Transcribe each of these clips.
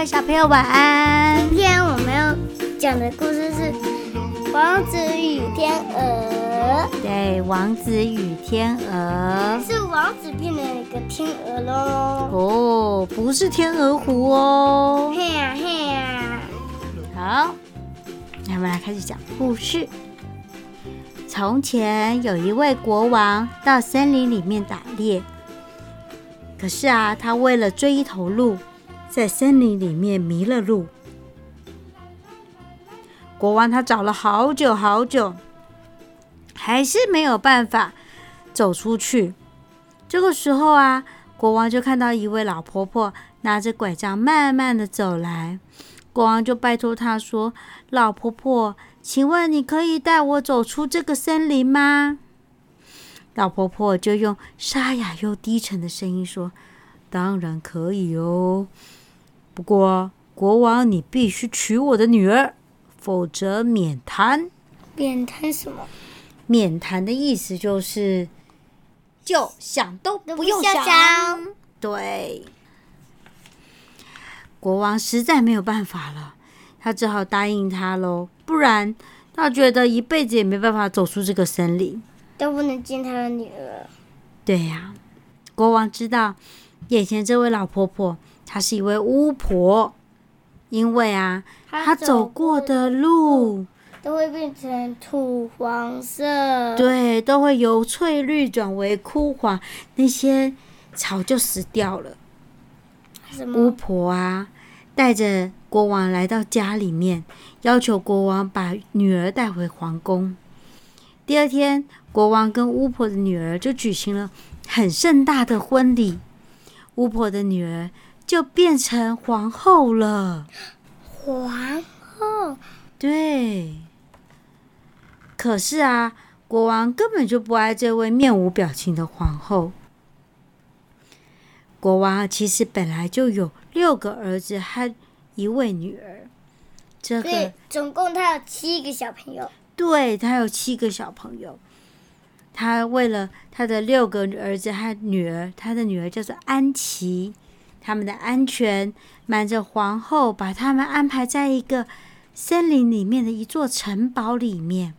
小朋友晚安。 今天我们要讲的故事是王子与天鹅。 对，王子与天鹅。 是王子变成一个天鹅咯。 哦，不是天鹅湖哦。 嘿呀嘿呀。 好，那我们来开始讲故事。从前有一位国王到森林里面打猎，可是他为了追一头鹿，在森林里面迷了路。国王他找了好久好久，还是没有办法走出去。这个时候国王就看到一位老婆婆拿着拐杖慢慢的走来。国王就拜托她说：“老婆婆，请问你可以带我走出这个森林吗？”老婆婆就用沙哑又低沉的声音说：“当然可以哦，不过国王你必须娶我的女儿，否则免谈。” 免谈什么？ 免谈的意思就是就想都不用想。对，国王实在没有办法了，他只好答应他咯，不然他觉得一辈子也没办法走出这个森林， 都不能见他的女儿。 对呀，国王知道眼前这位老婆婆她是一位巫婆，因为她走过的路都会变成土黄色， 对，都会由翠绿转为枯黄，那些草就死掉了。巫婆带着国王来到家里面，要求国王把女儿带回皇宫。第二天，国王跟巫婆的女儿就举行了很盛大的婚礼，巫婆的女儿就变成皇后了。 皇后？ 对。可是国王根本就不爱这位面无表情的皇后。国王其实本来就有6个儿子和1位女儿， 所以总共他有7个小朋友。 对，他有7个小朋友。他为了他的6个儿子和女儿，他的女儿叫做安琪，他们的安全，瞒着皇后把他们安排在一个森林里面的一座城堡里面。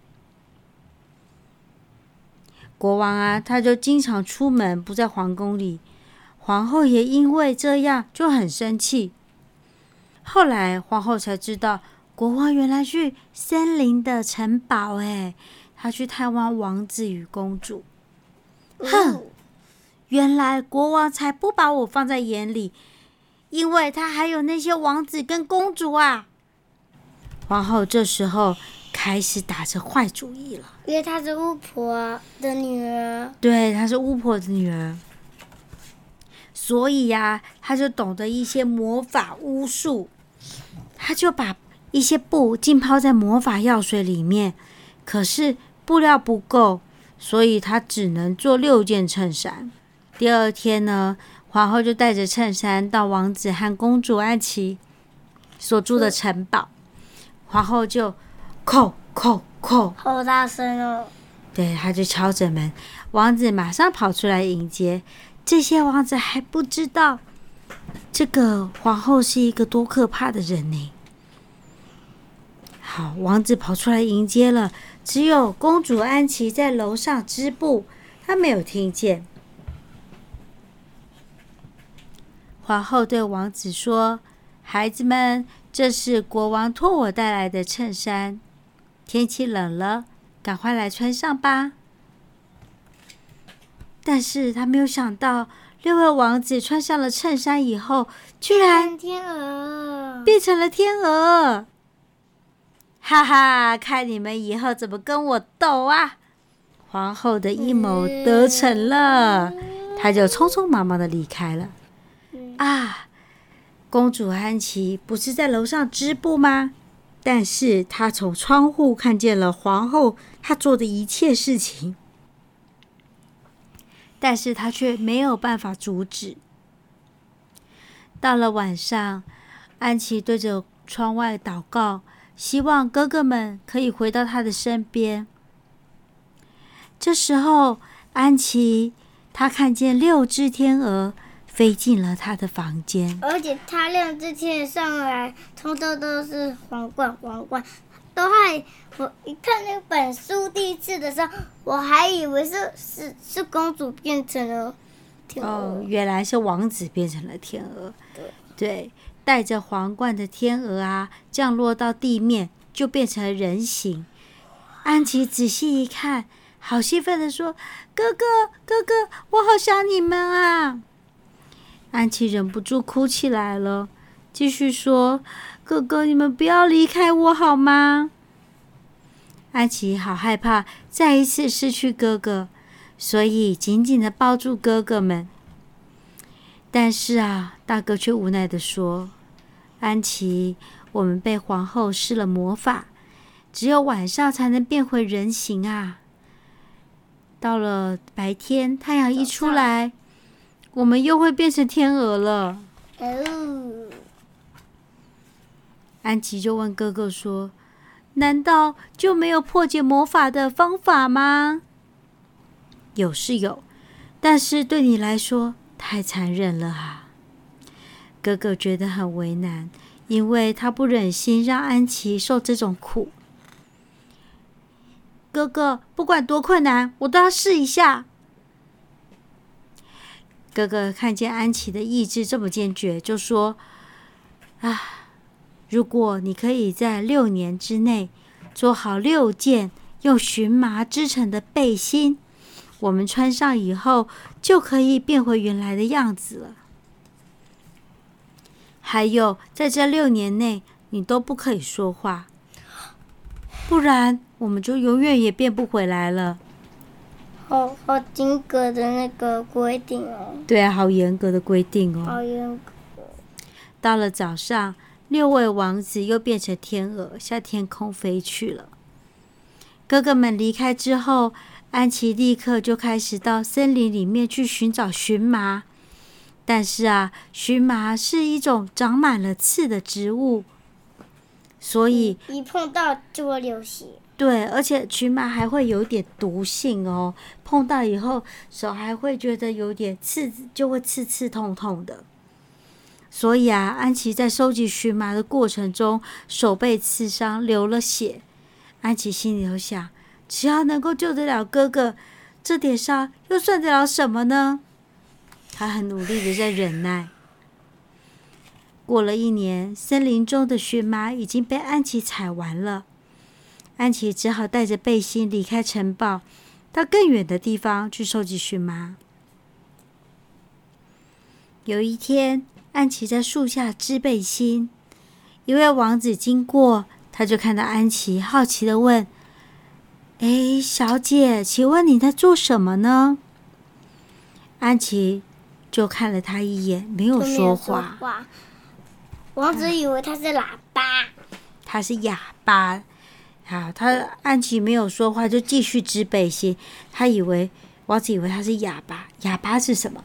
国王他就经常出门不在皇宫里，皇后也因为这样就很生气。后来皇后才知道，国王原来去森林的城堡，他去探望王子与公主。哼，原来国王才不把我放在眼里，因为他还有那些王子跟公主皇后这时候开始打着坏主意了， 因为她是巫婆的女儿。 对，她是巫婆的女儿，所以她就懂得一些魔法巫术，她就把一些布浸泡在魔法药水里面，可是布料不够，所以她只能做6件衬衫。第二天呢，皇后就带着衬衫到王子和公主安琪所住的城堡，皇后就叩叩叩， 好大声哦！ 对，他就敲着门，王子马上跑出来迎接。这些王子还不知道这个皇后是一个多可怕的人呢。好，王子跑出来迎接了，只有公主安琪在楼上织布，她没有听见。皇后对王子说：“孩子们，这是国王托我带来的衬衫，天气冷了，赶快来穿上吧。”但是他没有想到，6位王子穿上了衬衫以后，居然天鹅变成了天鹅。哈哈，看你们以后怎么跟我斗啊！皇后的阴谋得逞了，她就匆匆忙忙的离开了。公主安琪不是在楼上织布吗？但是她从窗户看见了皇后她做的一切事情，但是她却没有办法阻止。到了晚上，安琪对着窗外祷告，希望哥哥们可以回到她的身边。这时候，安琪她看见6只天鹅飞进了他的房间。 而且他两只天鹅上来，通通都是皇冠，都还我一看那本书第一次的时候，我还以为是公主变成了天鹅。 原来是王子变成了天鹅。对，带着皇冠的天鹅啊，降落到地面就变成了人形。安琪仔细一看，好兴奋地说：“哥哥，哥哥，我好想你们啊！”安琪忍不住哭起来了，继续说：“哥哥，你们不要离开我好吗？”安琪好害怕再一次失去哥哥，所以紧紧地抱住哥哥们。但是啊，大哥却无奈地说：“安琪，我们被皇后施了魔法，只有晚上才能变回人形啊！到了白天，太阳一出来，我们又会变成天鹅了。”安琪就问哥哥说：“难道就没有破解魔法的方法吗？”“有是有，但是对你来说太残忍了啊！”哥哥觉得很为难，因为他不忍心让安琪受这种苦。“哥哥，不管多困难，我都要试一下。”哥哥看见安琪的意志这么坚决，就说：“如果你可以在6年之内做好6件用荨麻织成的背心，我们穿上以后就可以变回原来的样子了。还有，在这6年内，你都不可以说话，不然我们就永远也变不回来了。” 好严格的那个规定哦。 对啊，好严格的规定哦。 好严格。 到了早上，6位王子又变成天鹅，向天空飞去了。哥哥们离开之后，安琪立刻就开始到森林里面去寻找荨麻。但是啊，荨麻是一种长满了刺的植物，所以一碰到就会流血。 对，而且荨麻还会有点毒性哦，碰到以后手还会觉得有点刺，就会刺痛痛的。所以啊，安琪在收集荨麻的过程中，手被刺伤，流了血。安琪心里头想，只要能够救得了哥哥，这点伤又算得了什么呢？他很努力的在忍耐。过了1年，森林中的荨麻已经被安琪采完了。安琪只好带着背心离开城堡，到更远的地方去收集荨麻。有一天，安琪在树下织背心，一位王子经过，他就看到安琪，好奇地问：“小姐，请问你在做什么呢？”安琪就看了他一眼，没有说话。 王子以为他是喇叭， 他是哑巴。安琪没有说话，就继续织背心。王子以为他是哑巴。哑巴是什么？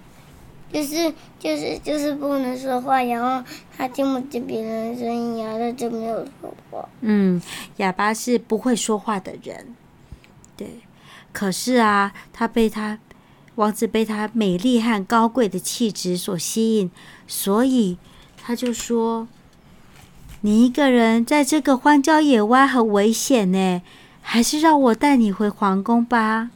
就是不能说话，然后他听不见别人的声音，然后他就没有说话。 哑巴是不会说话的人。对，可是啊，王子被他美丽和高贵的气质所吸引，所以他就说：“你一个人在这个荒郊野外很危险呢，还是让我带你回皇宫吧。”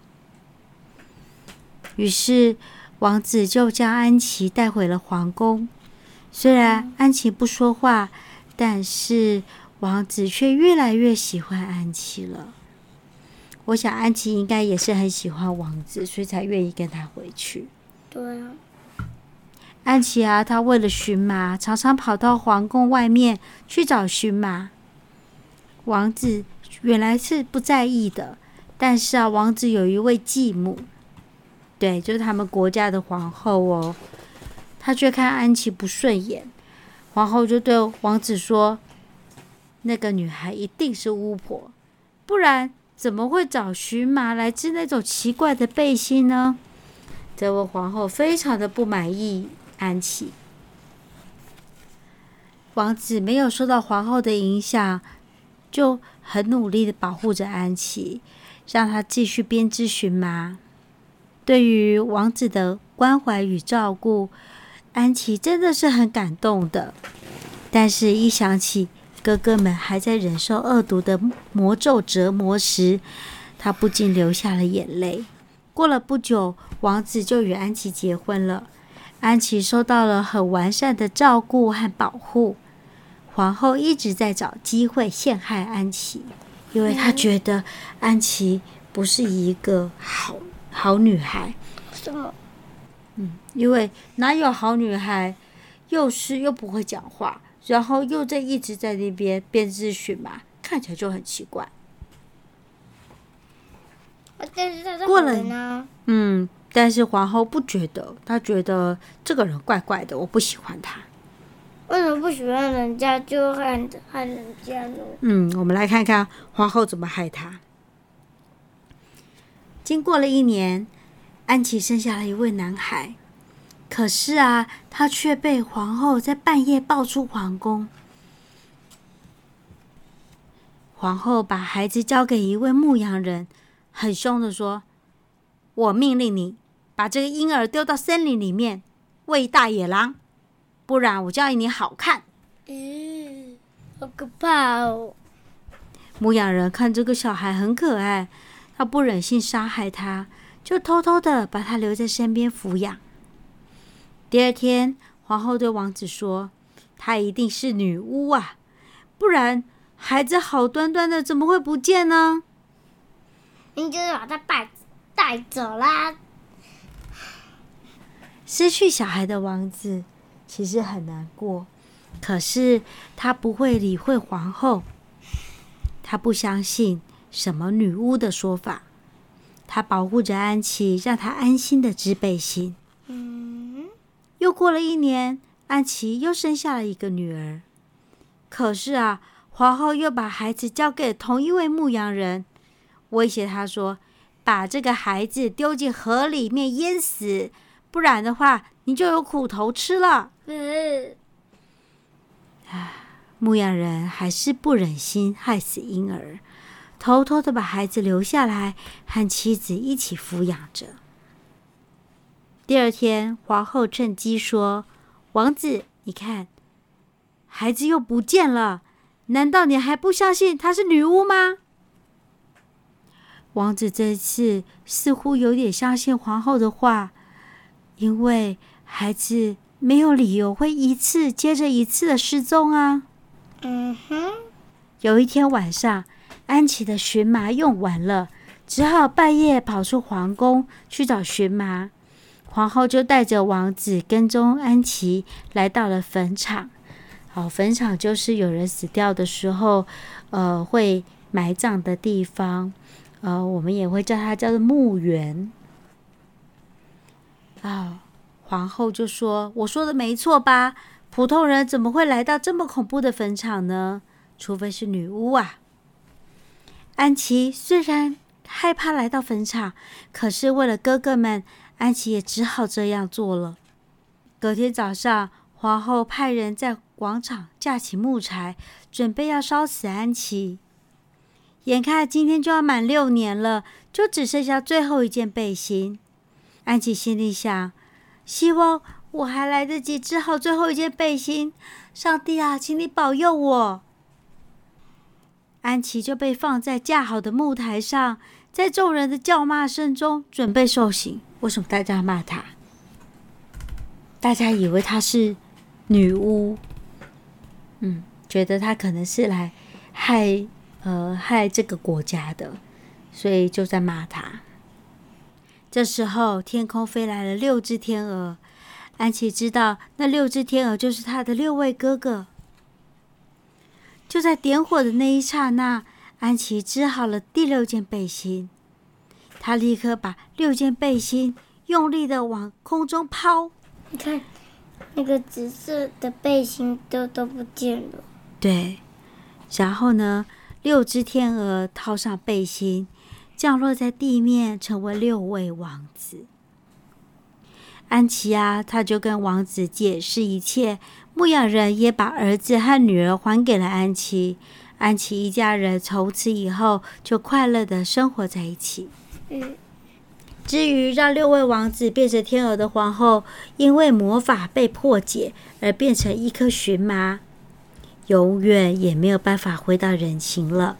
于是王子就将安琪带回了皇宫。虽然安琪不说话，但是王子却越来越喜欢安琪了。我想安琪应该也是很喜欢王子，所以才愿意跟他回去。 对啊。 安琪啊，她为了荨麻，常常跑到皇宫外面去找荨麻。王子原来是不在意的，但是啊，王子有一位继母，对，就是他们国家的皇后哦。她却看安琪不顺眼，皇后就对王子说：“那个女孩一定是巫婆，不然怎么会找荨麻来织那种奇怪的背心呢？”这位皇后非常的不满意安琪。王子没有受到皇后的影响，就很努力的保护着安琪，让她继续编织荨麻。对于王子的关怀与照顾， 安琪真的是很感动的。但是一想起哥哥们还在忍受恶毒的魔咒折磨时，他不禁流下了眼泪。过了不久，王子就与安琪结婚了。安琪受到了很完善的照顾和保护。皇后一直在找机会陷害安琪，因为她觉得安琪不是一个好女孩。 什么？ 因为哪有好女孩又不会讲话，然后又一直在那边编织荨麻，看起来就很奇怪。 但是他是好人啊。 但是皇后不觉得，她觉得这个人怪怪的，我不喜欢他。 为什么不喜欢人家就害人家呢？ 我们来看看皇后怎么害他。经过了1年，安琪生下了一位男孩。可是啊，他却被皇后在半夜抱出皇宫。皇后把孩子交给一位牧羊人，很凶地说：“我命令你把这个婴儿丢到森林里面喂大野狼，不然我教你好看。” 好可怕哦！ 牧羊人看这个小孩很可爱，他不忍心杀害他，就偷偷的把他留在身边抚养。第二天，皇后对王子说：“她一定是女巫啊，不然孩子好端端的怎么会不见呢？” 你就是把他带走啦。 失去小孩的王子其实很难过，可是他不会理会皇后，他不相信什么女巫的说法，他保护着安琪，让她安心的织背心。又过了1年，安琪又生下了一个女儿。可是啊，皇后又把孩子交给同一位牧羊人，威胁他说：“把这个孩子丢进河里面淹死，不然的话，你就有苦头吃了。”牧羊人还是不忍心害死婴儿，偷偷的把孩子留下来，和妻子一起抚养着。第二天，皇后趁机说：“王子，你看，孩子又不见了，难道你还不相信她是女巫吗？”王子这次似乎有点相信皇后的话，因为孩子没有理由会一次接着一次的失踪啊。有一天晚上，安琪的荨麻用完了，只好半夜跑出皇宫去找荨麻。皇后就带着王子跟踪安琪来到了坟场。坟场就是有人死掉的时候，会埋葬的地方。我们也会叫它叫做墓园。皇后就说：“我说的没错吧？普通人怎么会来到这么恐怖的坟场呢？除非是女巫啊！”安琪虽然害怕来到坟场，可是为了哥哥们，安琪也只好这样做了。隔天早上，皇后派人在广场架起木柴，准备要烧死安琪。眼看今天就要满6年了，就只剩下最后一件背心。安琪心里想：希望我还来得及织好最后一件背心。上帝啊，请你保佑我！安琪就被放在架好的木台上，在众人的叫骂声中准备受刑。为什么大家骂她？大家以为她是女巫，觉得她可能是来害这个国家的，所以就在骂她。这时候，天空飞来了6只天鹅。安琪知道那6只天鹅就是她的6位哥哥。就在点火的那一刹那，安琪织好了第6件背心。她立刻把6件背心用力的往空中抛。 你看，那个紫色的背心都不见了。 对，然后呢，6只天鹅套上背心，降落在地面，成为6位王子。安琪啊，他就跟王子解释一切，牧羊人也把儿子和女儿还给了安琪。安琪一家人从此以后就快乐的生活在一起。 至于让6位王子变成天鹅的皇后，因为魔法被破解而变成一颗荨麻，永远也没有办法回到人形了。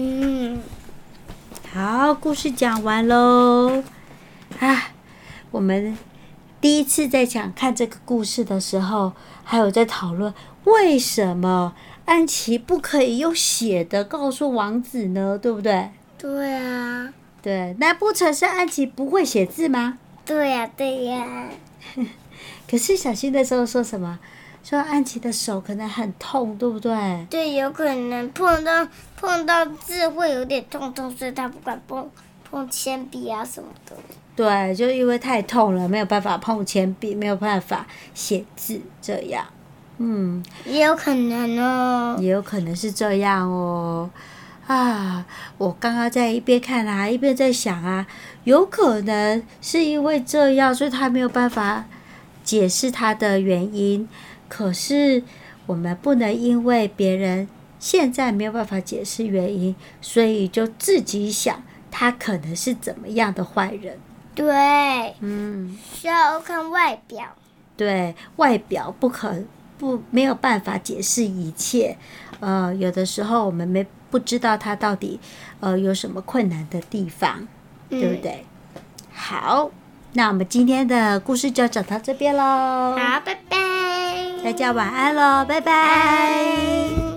好，故事讲完喽。我们第一次在看这个故事的时候，还有在讨论为什么安琪不可以用写的告诉王子呢？对不对？ 对啊。 对，难不成是安琪不会写字吗？ 对呀，对呀。 可是小新的时候说什么？说安琪的手可能很痛，对不对？ 对，有可能碰到字会有点痛，所以他不敢碰铅笔啊什么的。 对，就因为太痛了，没有办法碰铅笔，没有办法写字，这样。 也有可能哦。 也有可能是这样哦。我刚刚在一边看一边在想有可能是因为这样，所以他没有办法解释他的原因。可是我们不能因为别人现在没有办法解释原因，所以就自己想他可能是怎么样的坏人。 对，需要看外表。 对，外表没有办法解释一切。有的时候我们不知道他到底有什么困难的地方，对不对？好，那我们今天的故事就讲到这边咯。 好，拜拜。 大家晚安咯，拜拜。